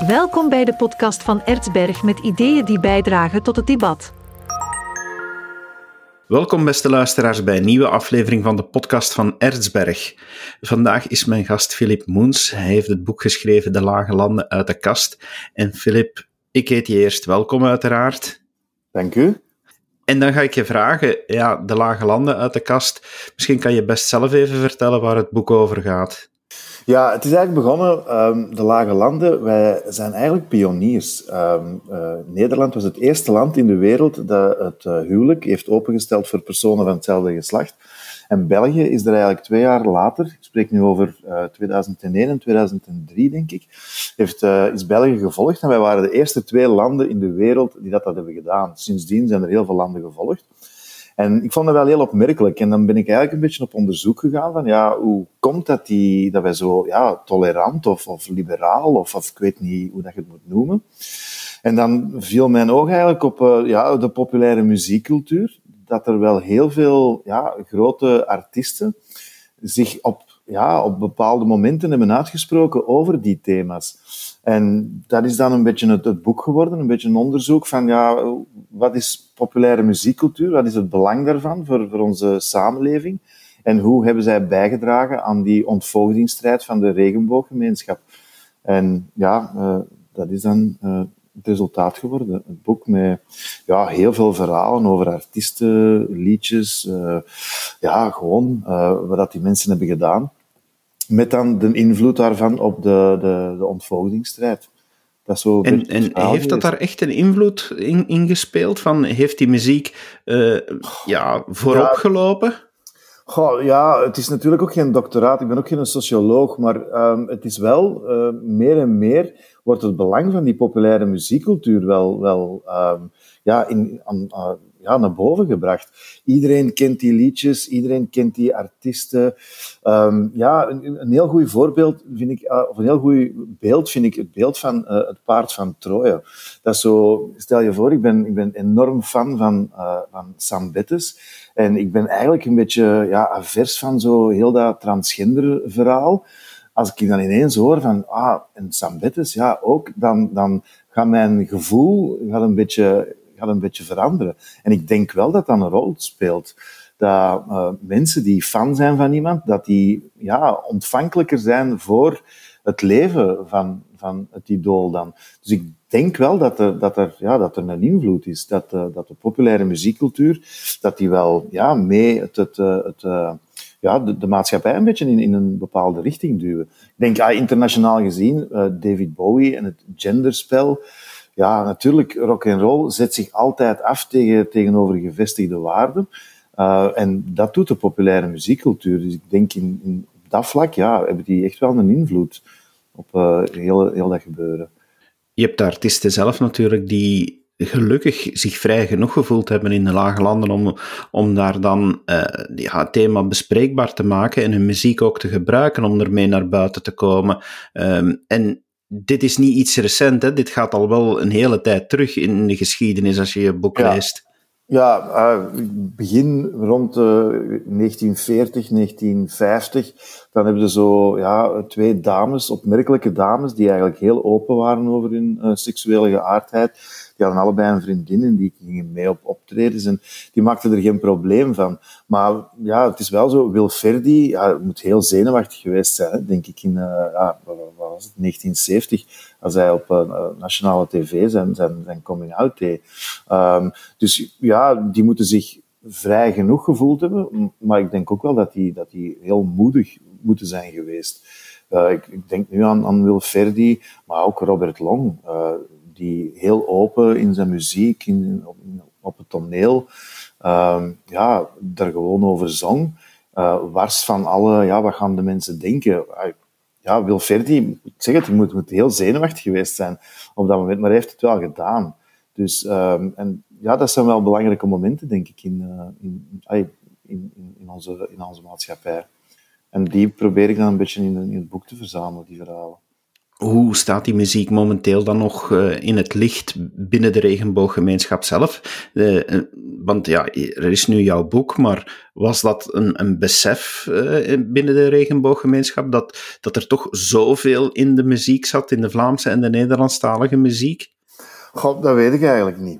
Welkom bij de podcast van Erzberg met ideeën die bijdragen tot het debat. Welkom beste luisteraars bij een nieuwe aflevering van de podcast van Erzberg. Vandaag is mijn gast Philip Moens. Hij heeft het boek geschreven De Lage Landen uit de kast. En Philip, ik heet je eerst welkom uiteraard. Dank u. En dan ga ik je vragen, De Lage Landen uit de kast. Misschien kan je best zelf even vertellen waar het boek over gaat. Ja, het is eigenlijk begonnen, de Lage Landen, wij zijn eigenlijk pioniers. Nederland was het eerste land in de wereld dat het huwelijk heeft opengesteld voor personen van hetzelfde geslacht. En België is er eigenlijk 2 jaar later, ik spreek nu over 2001 en 2003 denk ik, is België gevolgd. En wij waren de eerste 2 landen in de wereld die dat hebben gedaan. Sindsdien zijn er heel veel landen gevolgd. En ik vond dat wel heel opmerkelijk. En dan ben ik eigenlijk een beetje op onderzoek gegaan van, hoe komt dat wij zo, tolerant of liberaal, of ik weet niet hoe dat je het moet noemen. En dan viel mijn oog eigenlijk op, de populaire muziekcultuur. Dat er wel heel veel, grote artiesten zich op bepaalde momenten hebben uitgesproken over die thema's. En dat is dan een beetje het boek geworden, een beetje een onderzoek van, wat is populaire muziekcultuur? Wat is het belang daarvan voor onze samenleving? En hoe hebben zij bijgedragen aan die ontvoogdingsstrijd van de regenbooggemeenschap? En dat is dan het resultaat geworden. Het boek met heel veel verhalen over artiesten, liedjes, wat die mensen hebben gedaan. Met dan de invloed daarvan op de ontvoogdingsstrijd. Dat is zo en heeft dat daar echt een invloed in gespeeld? Heeft die muziek voorop gelopen? Het is natuurlijk ook geen doctoraat, ik ben ook geen socioloog, maar het is wel, meer en meer wordt het belang van die populaire muziekcultuur wel naar boven gebracht. Iedereen kent die liedjes, iedereen kent die artiesten. Een heel goed voorbeeld vind ik, of een heel goed beeld vind ik het beeld van het paard van Troje. Dat is zo, stel je voor, ik ben enorm fan van Sam Bettes. En ik ben eigenlijk een beetje avers van zo heel dat transgender verhaal. Als ik dan ineens hoor van, en Sam Bettes, ook, dan gaat mijn gevoel een beetje veranderen. En ik denk wel dat dat een rol speelt. Dat mensen die fan zijn van iemand, dat die ontvankelijker zijn voor het leven van het idool dan. Dus ik denk wel dat er een invloed is. Dat de populaire muziekcultuur, dat die wel mee de maatschappij een beetje in een bepaalde richting duwen. Ik denk, internationaal gezien, David Bowie en het genderspel. Ja, natuurlijk, rock'n'roll zet zich altijd af tegenover gevestigde waarden. En dat doet de populaire muziekcultuur. Dus ik denk op dat vlak, hebben die echt wel een invloed op heel dat gebeuren. Je hebt de artiesten zelf natuurlijk die gelukkig zich vrij genoeg gevoeld hebben in de Lage Landen om daar dan het thema bespreekbaar te maken en hun muziek ook te gebruiken om ermee naar buiten te komen. En dit is niet iets recent, hè? Dit gaat al wel een hele tijd terug in de geschiedenis als je je boek leest. Begin rond 1940, 1950, dan hebben ze zo 2 dames, opmerkelijke dames, die eigenlijk heel open waren over hun seksuele geaardheid. Die hadden allebei een vriendin en die gingen mee op optredens en die maakten er geen probleem van. Maar het is wel zo, Will Ferdi, moet heel zenuwachtig geweest zijn, hè, denk ik, in wat was het, 1970, als hij op nationale tv zijn coming-out deed. Dus die moeten zich vrij genoeg gevoeld hebben, maar ik denk ook wel dat die heel moedig moeten zijn geweest. Ik denk nu aan Will Ferdi, maar ook Robert Long, die heel open in zijn muziek, op het toneel, daar gewoon over zong. Wars van alle, wat gaan de mensen denken? Will Ferdi, ik zeg het, moet heel zenuwachtig geweest zijn op dat moment, maar hij heeft het wel gedaan. Dus, dat zijn wel belangrijke momenten, denk ik, in onze maatschappij. En die probeer ik dan een beetje in het boek te verzamelen, die verhalen. Hoe staat die muziek momenteel dan nog in het licht binnen de regenbooggemeenschap zelf? Want ja, er is nu jouw boek, maar was dat een besef binnen de regenbooggemeenschap dat er toch zoveel in de muziek zat, in de Vlaamse en de Nederlandstalige muziek? God, dat weet ik eigenlijk niet.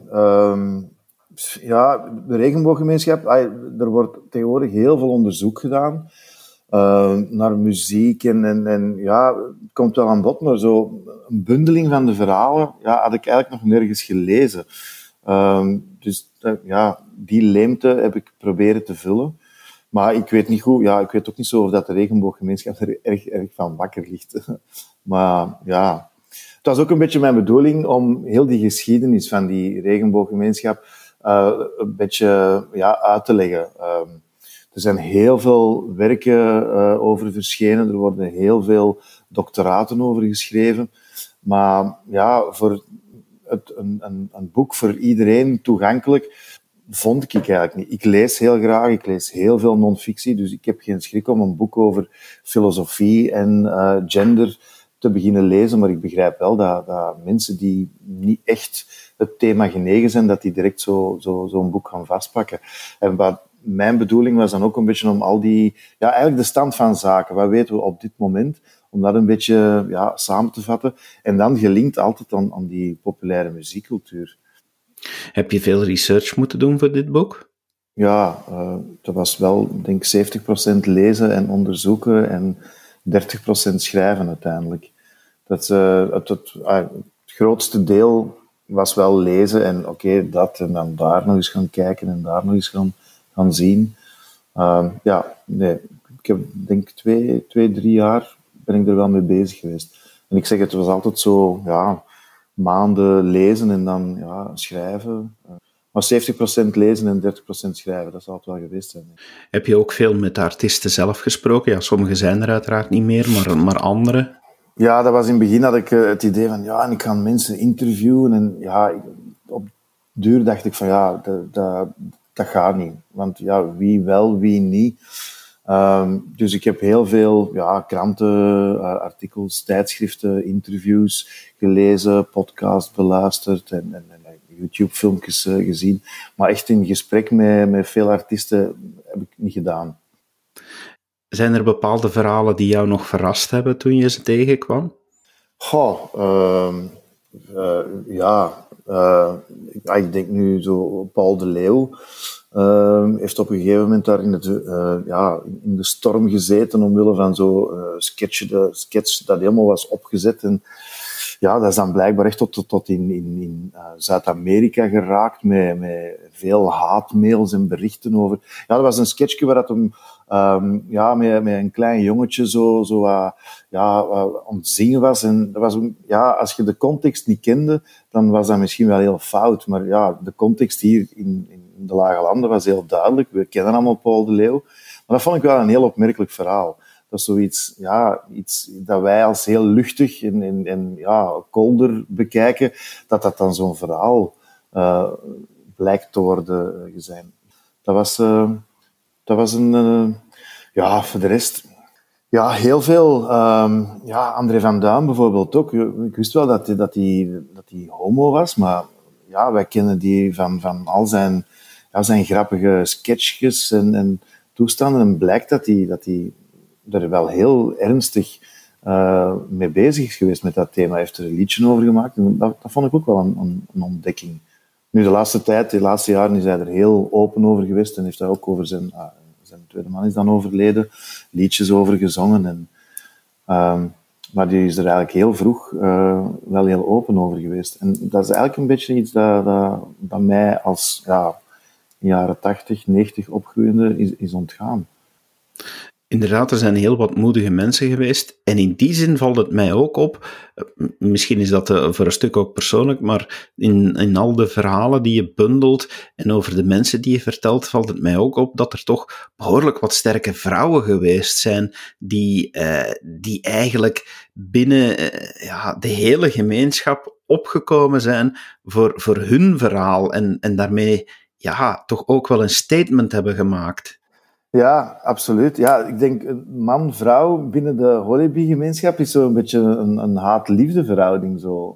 Ja, de regenbooggemeenschap, er wordt tegenwoordig heel veel onderzoek gedaan naar muziek en ja, het komt wel aan bod, maar zo een bundeling van de verhalen had ik eigenlijk nog nergens gelezen. Dus ja, die leemte heb ik proberen te vullen. Maar ik weet niet goed, ik weet ook niet zo of dat de regenbooggemeenschap er erg van wakker ligt. Maar ja, het was ook een beetje mijn bedoeling om heel die geschiedenis van die regenbooggemeenschap een beetje uit te leggen. Er zijn heel veel werken over verschenen, er worden heel veel doctoraten over geschreven. Maar ja, voor een boek voor iedereen toegankelijk vond ik eigenlijk niet. Ik lees heel graag, ik lees heel veel non-fictie, dus ik heb geen schrik om een boek over filosofie en gender te beginnen lezen, maar ik begrijp wel dat mensen die niet echt het thema genegen zijn, dat die direct zo'n boek gaan vastpakken. En wat mijn bedoeling was dan ook een beetje om al die, eigenlijk de stand van zaken, wat weten we op dit moment, om dat een beetje samen te vatten. En dan gelinkt altijd aan die populaire muziekcultuur. Heb je veel research moeten doen voor dit boek? Ja, dat was wel, denk ik, 70% lezen en onderzoeken en 30% schrijven uiteindelijk. Het grootste deel was wel lezen en oké, dat en dan daar nog eens gaan kijken en daar nog eens gaan zien. Ik heb denk 2-3 jaar ben ik er wel mee bezig geweest. En ik zeg, het was altijd zo, maanden lezen en dan schrijven. Maar 70% lezen en 30% schrijven, dat zal het wel geweest zijn. Heb je ook veel met de artiesten zelf gesproken? Ja, sommige zijn er uiteraard niet meer, maar andere? Ja, dat was in het begin had ik het idee van, en ik ga mensen interviewen. En op duur dacht ik van, dat gaat niet. Want wie wel, wie niet. Dus ik heb heel veel kranten, artikels, tijdschriften, interviews gelezen, podcasts beluisterd en YouTube-filmpjes gezien. Maar echt in gesprek met veel artiesten heb ik niet gedaan. Zijn er bepaalde verhalen die jou nog verrast hebben toen je ze tegenkwam? Ik denk nu zo Paul de Leeuw. Heeft op een gegeven moment daar in de storm gezeten omwille van zo'n sketch dat helemaal was opgezet. En dat is dan blijkbaar echt tot in Zuid-Amerika geraakt met veel haatmails en berichten over. Ja, dat was een sketchje waar dat hem met een klein jongetje zo aan het zingen was. En dat was, als je de context niet kende, dan was dat misschien wel heel fout. Maar de context hier in de Lage Landen was heel duidelijk. We kennen allemaal Paul de Leeuw. Maar dat vond ik wel een heel opmerkelijk verhaal. Dat is zoiets, iets dat wij als heel luchtig en kolder bekijken, dat dan zo'n verhaal blijkt te worden gezien. Dat was een... voor de rest... heel veel. André van Duin bijvoorbeeld ook. Ik wist wel dat hij homo was, maar wij kennen die van al zijn grappige sketchjes en toestanden. En blijkt dat hij er wel heel ernstig mee bezig is geweest met dat thema. Hij heeft er een liedje over gemaakt. En dat vond ik ook wel een ontdekking. Nu, de laatste jaren is hij er heel open over geweest en heeft hij ook over zijn tweede man is dan overleden, liedjes over gezongen. Maar die is er eigenlijk heel vroeg wel heel open over geweest. En dat is eigenlijk een beetje iets dat mij als in jaren 80, 90 opgroeiende is ontgaan. Inderdaad, er zijn heel wat moedige mensen geweest. En in die zin valt het mij ook op, misschien is dat voor een stuk ook persoonlijk, maar in al de verhalen die je bundelt en over de mensen die je vertelt, valt het mij ook op dat er toch behoorlijk wat sterke vrouwen geweest zijn die eigenlijk binnen de hele gemeenschap opgekomen zijn voor hun verhaal en daarmee toch ook wel een statement hebben gemaakt. Ja, absoluut. Ja, ik denk man-vrouw binnen de Holebi-gemeenschap is zo een beetje een haat-liefde verhouding. Zo.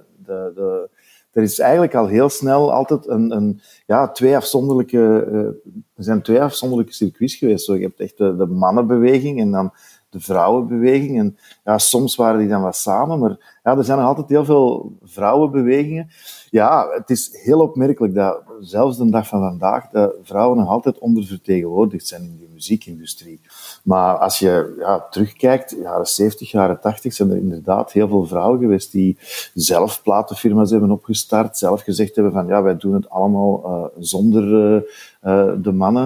Er is eigenlijk al heel snel altijd twee afzonderlijke... er zijn twee afzonderlijke circuits geweest. Zo. Je hebt echt de mannenbeweging en dan de vrouwenbeweging. En ja, soms waren die dan wat samen, maar ja, er zijn nog altijd heel veel vrouwenbewegingen. Ja, het is heel opmerkelijk dat zelfs de dag van vandaag de vrouwen nog altijd ondervertegenwoordigd zijn in de muziekindustrie. Maar als je terugkijkt, jaren 70, jaren 80, zijn er inderdaad heel veel vrouwen geweest die zelf platenfirma's hebben opgestart, zelf gezegd hebben van ja, wij doen het allemaal zonder de mannen.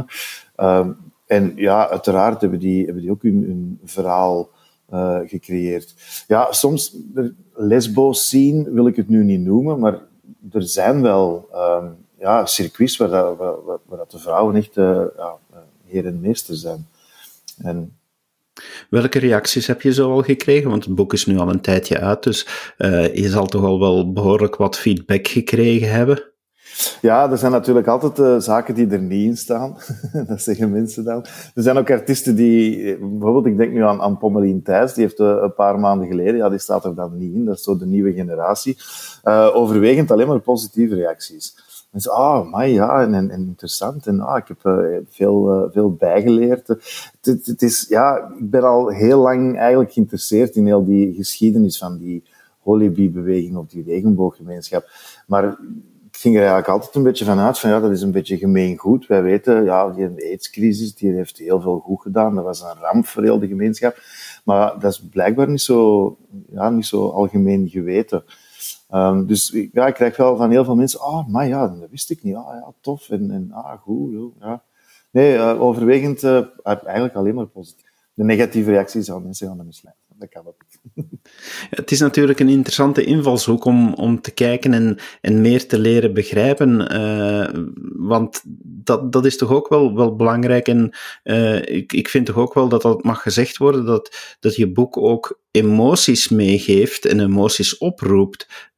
En ja, uiteraard hebben die ook hun verhaal gecreëerd. Ja, soms, de lesbo-scene wil ik het nu niet noemen, maar er zijn wel circuits waar dat de vrouwen echt heer en meester zijn. En welke reacties heb je zo al gekregen? Want het boek is nu al een tijdje uit, dus je zal toch al wel behoorlijk wat feedback gekregen hebben? Ja, er zijn natuurlijk altijd zaken die er niet in staan. Dat zeggen mensen dan. Er zijn ook artiesten die... Bijvoorbeeld, ik denk nu aan Pommelien Thijs. Die heeft een paar maanden geleden... Ja, die staat er dan niet in. Dat is zo de nieuwe generatie. Overwegend alleen maar positieve reacties. Mensen, maar ja, en interessant. En ik heb veel bijgeleerd. Het is... Ja, ik ben al heel lang eigenlijk geïnteresseerd in heel die geschiedenis van die Holebi-beweging of die regenbooggemeenschap. Maar ik ging er eigenlijk altijd een beetje vanuit van ja, dat is een beetje gemeengoed. Wij weten, ja, die AIDS-crisis, die heeft heel veel goed gedaan. Dat was een ramp voor heel de gemeenschap. Maar dat is blijkbaar niet zo algemeen geweten. Dus ik krijg wel van heel veel mensen, maar ja, dat wist ik niet. Ja, tof en goed. Ja. Nee, overwegend eigenlijk alleen maar positief. De negatieve reacties van mensen gaan er misleiden. Dat kan ook niet. Het is natuurlijk een interessante invalshoek om te kijken en meer te leren begrijpen, want dat is toch ook wel belangrijk en ik vind toch ook wel dat dat mag gezegd worden, dat je boek ook emoties meegeeft en emoties oproept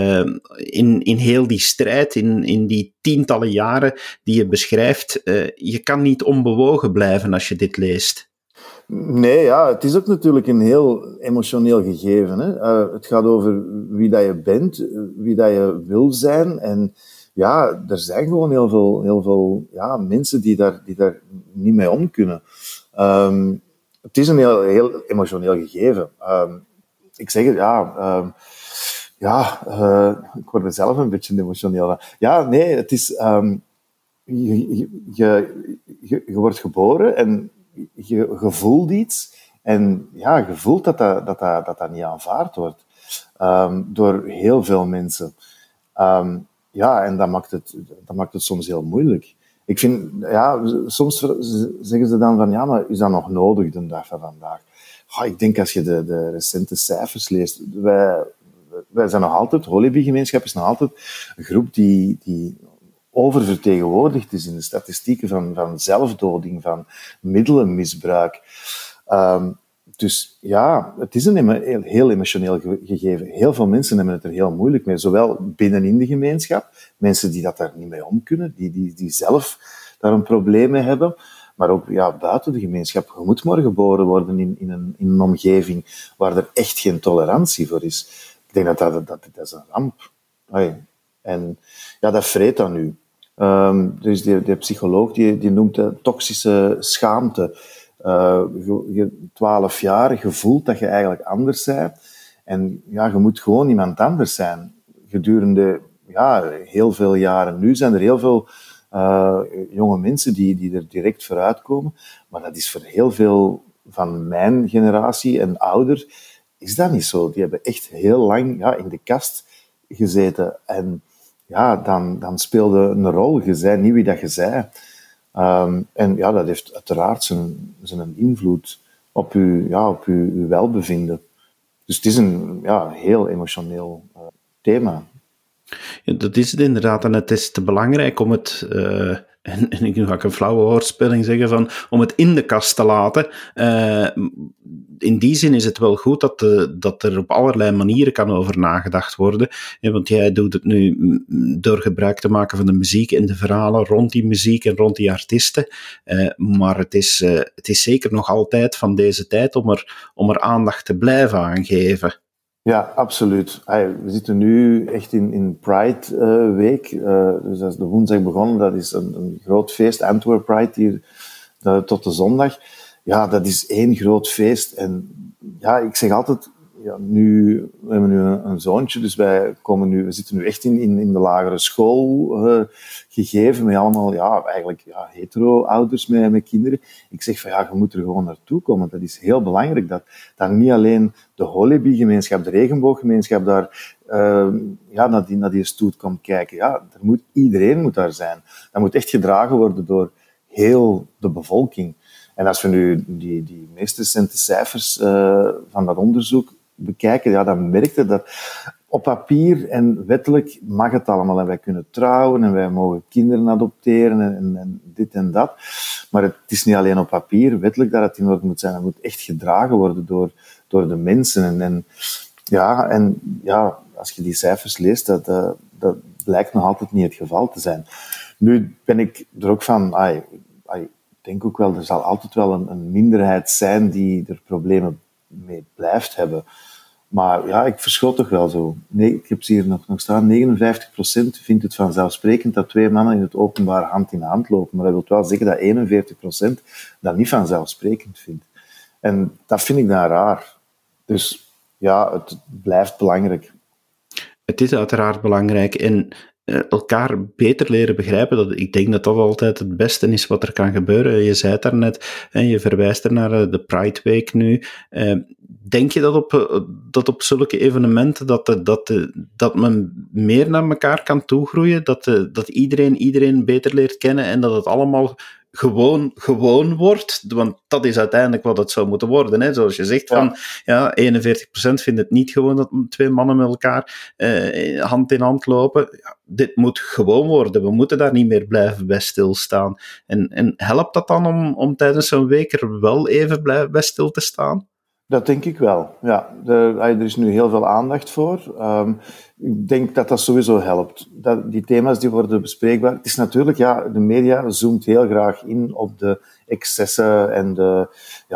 in heel die strijd, in die tientallen jaren die je beschrijft. Je kan niet onbewogen blijven als je dit leest. Nee, ja, het is ook natuurlijk een heel emotioneel gegeven. Hè? Het gaat over wie dat je bent, wie dat je wil zijn. En ja, er zijn gewoon heel veel mensen die daar niet mee om kunnen. Het is een heel emotioneel gegeven. Ik zeg het, ik word er zelf een beetje emotioneel van. Ja, nee, het is... Je wordt geboren en je voelt iets en ja, je voelt dat niet aanvaard wordt door heel veel mensen. En dat maakt het soms heel moeilijk. Ik vind, soms zeggen ze dan van, ja, maar is dat nog nodig de dag van vandaag? Ik denk als je de recente cijfers leest, wij zijn nog altijd, Holebi-gemeenschap is nog altijd een groep die oververtegenwoordigd is in de statistieken van zelfdoding, van middelenmisbruik. Dus ja, het is een heel emotioneel gegeven. Heel veel mensen hebben het er heel moeilijk mee, zowel binnenin de gemeenschap, mensen die dat daar niet mee om kunnen, die zelf daar een probleem mee hebben, maar ook buiten de gemeenschap. Je moet maar geboren worden in een omgeving waar er echt geen tolerantie voor is. Ik denk dat is een ramp. En ja, dat vreet dan nu. Dus die psycholoog die noemt het toxische schaamte. 12 jaar, je voelt dat je eigenlijk anders bent. En ja, je moet gewoon iemand anders zijn. Gedurende heel veel jaren nu zijn er heel veel jonge mensen die er direct vooruit komen. Maar dat is voor heel veel van mijn generatie en ouder, is dat niet zo. Die hebben echt heel lang in de kast gezeten. En ja, dan speelde een rol. Je zei niet wie dat je zei. En ja, dat heeft uiteraard zijn invloed op uw welbevinden. Dus het is een heel emotioneel thema. Ja, dat is het inderdaad. En het is te belangrijk om het en nu ga ik een flauwe woordspeling zeggen, van om het in de kast te laten. In die zin is het wel goed dat er op allerlei manieren kan over nagedacht worden. Want jij doet het nu door gebruik te maken van de muziek en de verhalen rond die muziek en rond die artiesten. Maar het is zeker nog altijd van deze tijd om er aandacht te blijven aan geven. Ja, absoluut. We zitten nu echt in Pride week. Dus dat is de woensdag begonnen. Dat is een groot feest, Antwerp Pride, hier tot de zondag. Ja, dat is één groot feest. En ja, ik zeg altijd, we hebben nu een zoontje, dus we zitten nu echt in de lagere school gegeven, met allemaal hetero-ouders met kinderen. Ik zeg van je moet er gewoon naartoe komen. Dat is heel belangrijk, dat niet alleen de Holebi-gemeenschap, de regenbooggemeenschap daar naar die stoet komt kijken. Ja, iedereen moet daar zijn. Dat moet echt gedragen worden door heel de bevolking. En als we nu die meest recente cijfers van dat onderzoek bekijken, dan merkte dat op papier en wettelijk mag het allemaal. En wij kunnen trouwen en wij mogen kinderen adopteren en dit en dat. Maar het is niet alleen op papier, wettelijk dat het in orde moet zijn. Het moet echt gedragen worden door de mensen. En als je die cijfers leest, dat blijkt nog altijd niet het geval te zijn. Nu ben ik er ook van... Ik denk ook wel, er zal altijd wel een minderheid zijn die er problemen mee blijft hebben. Maar ja, ik verschot toch wel zo. Nee, ik heb ze hier nog staan. 59% vindt het vanzelfsprekend dat twee mannen in het openbaar hand in hand lopen. Maar dat wil wel zeggen dat 41% dat niet vanzelfsprekend vindt. En dat vind ik dan raar. Dus ja, het blijft belangrijk. Het is uiteraard belangrijk en elkaar beter leren begrijpen. Ik denk dat altijd het beste is wat er kan gebeuren. Je zei het daarnet en je verwijst er naar de Pride Week nu. Denk je dat op zulke evenementen dat men meer naar elkaar kan toegroeien? Dat iedereen beter leert kennen en dat het allemaal gewoon wordt, want dat is uiteindelijk wat het zou moeten worden. Hè? Zoals je zegt, 41% vindt het niet gewoon dat twee mannen met elkaar hand in hand lopen. Ja, dit moet gewoon worden. We moeten daar niet meer blijven bij stilstaan. En helpt dat dan om tijdens zo'n week er wel even bij stil te staan? Dat denk ik wel, ja. Er is nu heel veel aandacht voor. Ik denk dat sowieso helpt. Die thema's die worden bespreekbaar. Het is natuurlijk, de media zoomt heel graag in op de excessen en de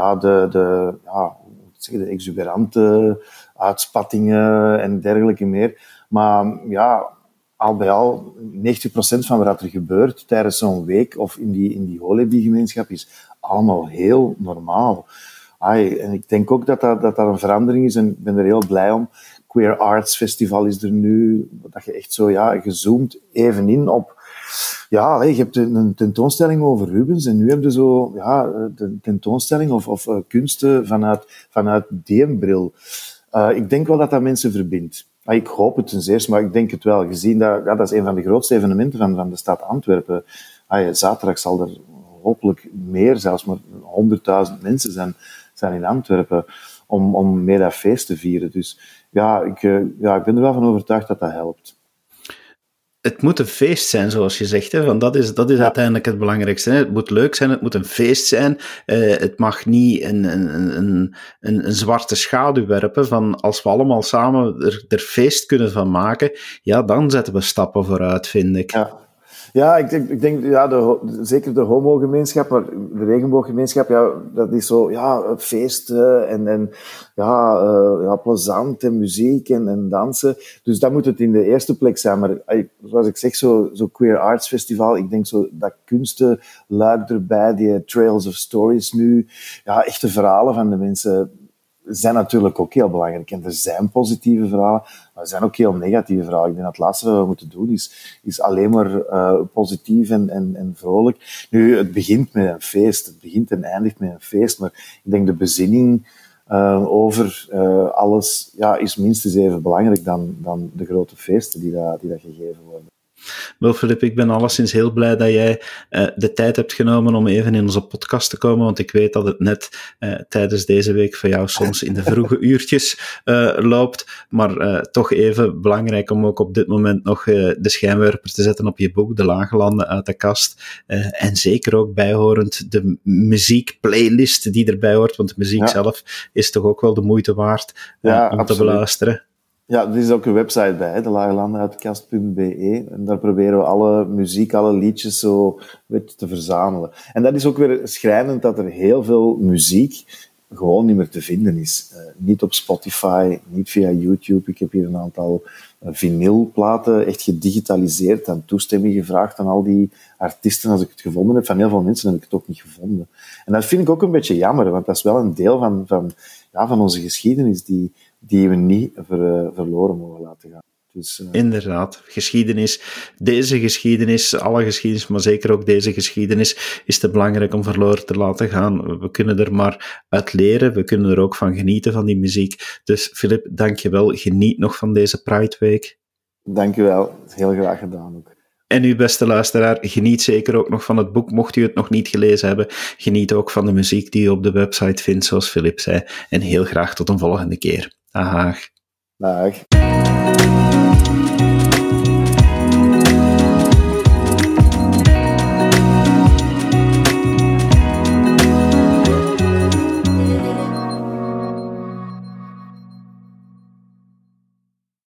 exuberante uitspattingen en dergelijke meer. Maar al bij al, 90% van wat er gebeurt tijdens zo'n week of in die Holebi-gemeenschap is allemaal heel normaal. En ik denk ook dat een verandering is en ik ben er heel blij om. Queer Arts Festival is er nu, dat je echt zo, je zoomt even in op... Ja, je hebt een tentoonstelling over Rubens en nu heb je zo, de tentoonstelling of kunsten vanuit die bril. Ik denk wel dat mensen verbindt. Ik hoop het ten zeerste, maar ik denk het wel. Gezien dat is een van de grootste evenementen van de stad Antwerpen. Zaterdag zal er hopelijk meer, zelfs maar 100.000 mensen zijn in Antwerpen om mee dat feest te vieren. Dus ik ben er wel van overtuigd dat helpt. Het moet een feest zijn, zoals je zegt. Hè? Want dat is uiteindelijk het belangrijkste. Hè? Het moet leuk zijn, het moet een feest zijn. Het mag niet een zwarte schaduw werpen van als we allemaal samen er feest kunnen van maken, dan zetten we stappen vooruit, vind ik. Ja, ik denk zeker de homo-gemeenschap, maar de regenbooggemeenschap, dat is zo, feest en plezant en muziek en dansen. Dus dat moet het in de eerste plek zijn. Maar zoals ik zeg, zo Queer Arts Festival, ik denk zo dat kunstenluik erbij, die Trails of Stories nu, echte verhalen van de mensen zijn natuurlijk ook heel belangrijk. En er zijn positieve verhalen, maar er zijn ook heel negatieve verhalen. Ik denk dat het laatste wat we moeten doen is alleen maar positief en vrolijk. Nu, het begint met een feest. Het begint en eindigt met een feest. Maar ik denk de bezinning over alles is minstens even belangrijk dan de grote feesten die dat gegeven worden. Wel, Filip, ik ben alleszins heel blij dat jij de tijd hebt genomen om even in onze podcast te komen, want ik weet dat het net tijdens deze week voor jou soms in de vroege uurtjes loopt, maar toch even belangrijk om ook op dit moment nog de schijnwerper te zetten op je boek, De Lage Landen uit de kast, en zeker ook bijhorend de muziekplaylist die erbij hoort, want de muziek zelf is toch ook wel de moeite waard om absoluut te beluisteren. Ja, er is ook een website bij, de lagelandenuitkast.be. En daar proberen we alle muziek, alle liedjes zo te verzamelen. En dat is ook weer schrijnend dat er heel veel muziek gewoon niet meer te vinden is. Niet op Spotify, niet via YouTube. Ik heb hier een aantal vinylplaten echt gedigitaliseerd en toestemming gevraagd aan al die artiesten. Als ik het gevonden heb, van heel veel mensen heb ik het ook niet gevonden. En dat vind ik ook een beetje jammer, want dat is wel een deel van onze geschiedenis die we niet verloren mogen laten gaan. Dus, inderdaad, deze geschiedenis, alle geschiedenis, maar zeker ook deze geschiedenis, is te belangrijk om verloren te laten gaan. We kunnen er maar uit leren, we kunnen er ook van genieten van die muziek. Dus Filip, dank je wel. Geniet nog van deze Pride Week. Dank je wel, heel graag gedaan ook. En u, beste luisteraar, geniet zeker ook nog van het boek, mocht u het nog niet gelezen hebben. Geniet ook van de muziek die u op de website vindt, zoals Filip zei. En heel graag tot een volgende keer. Dag. Dag.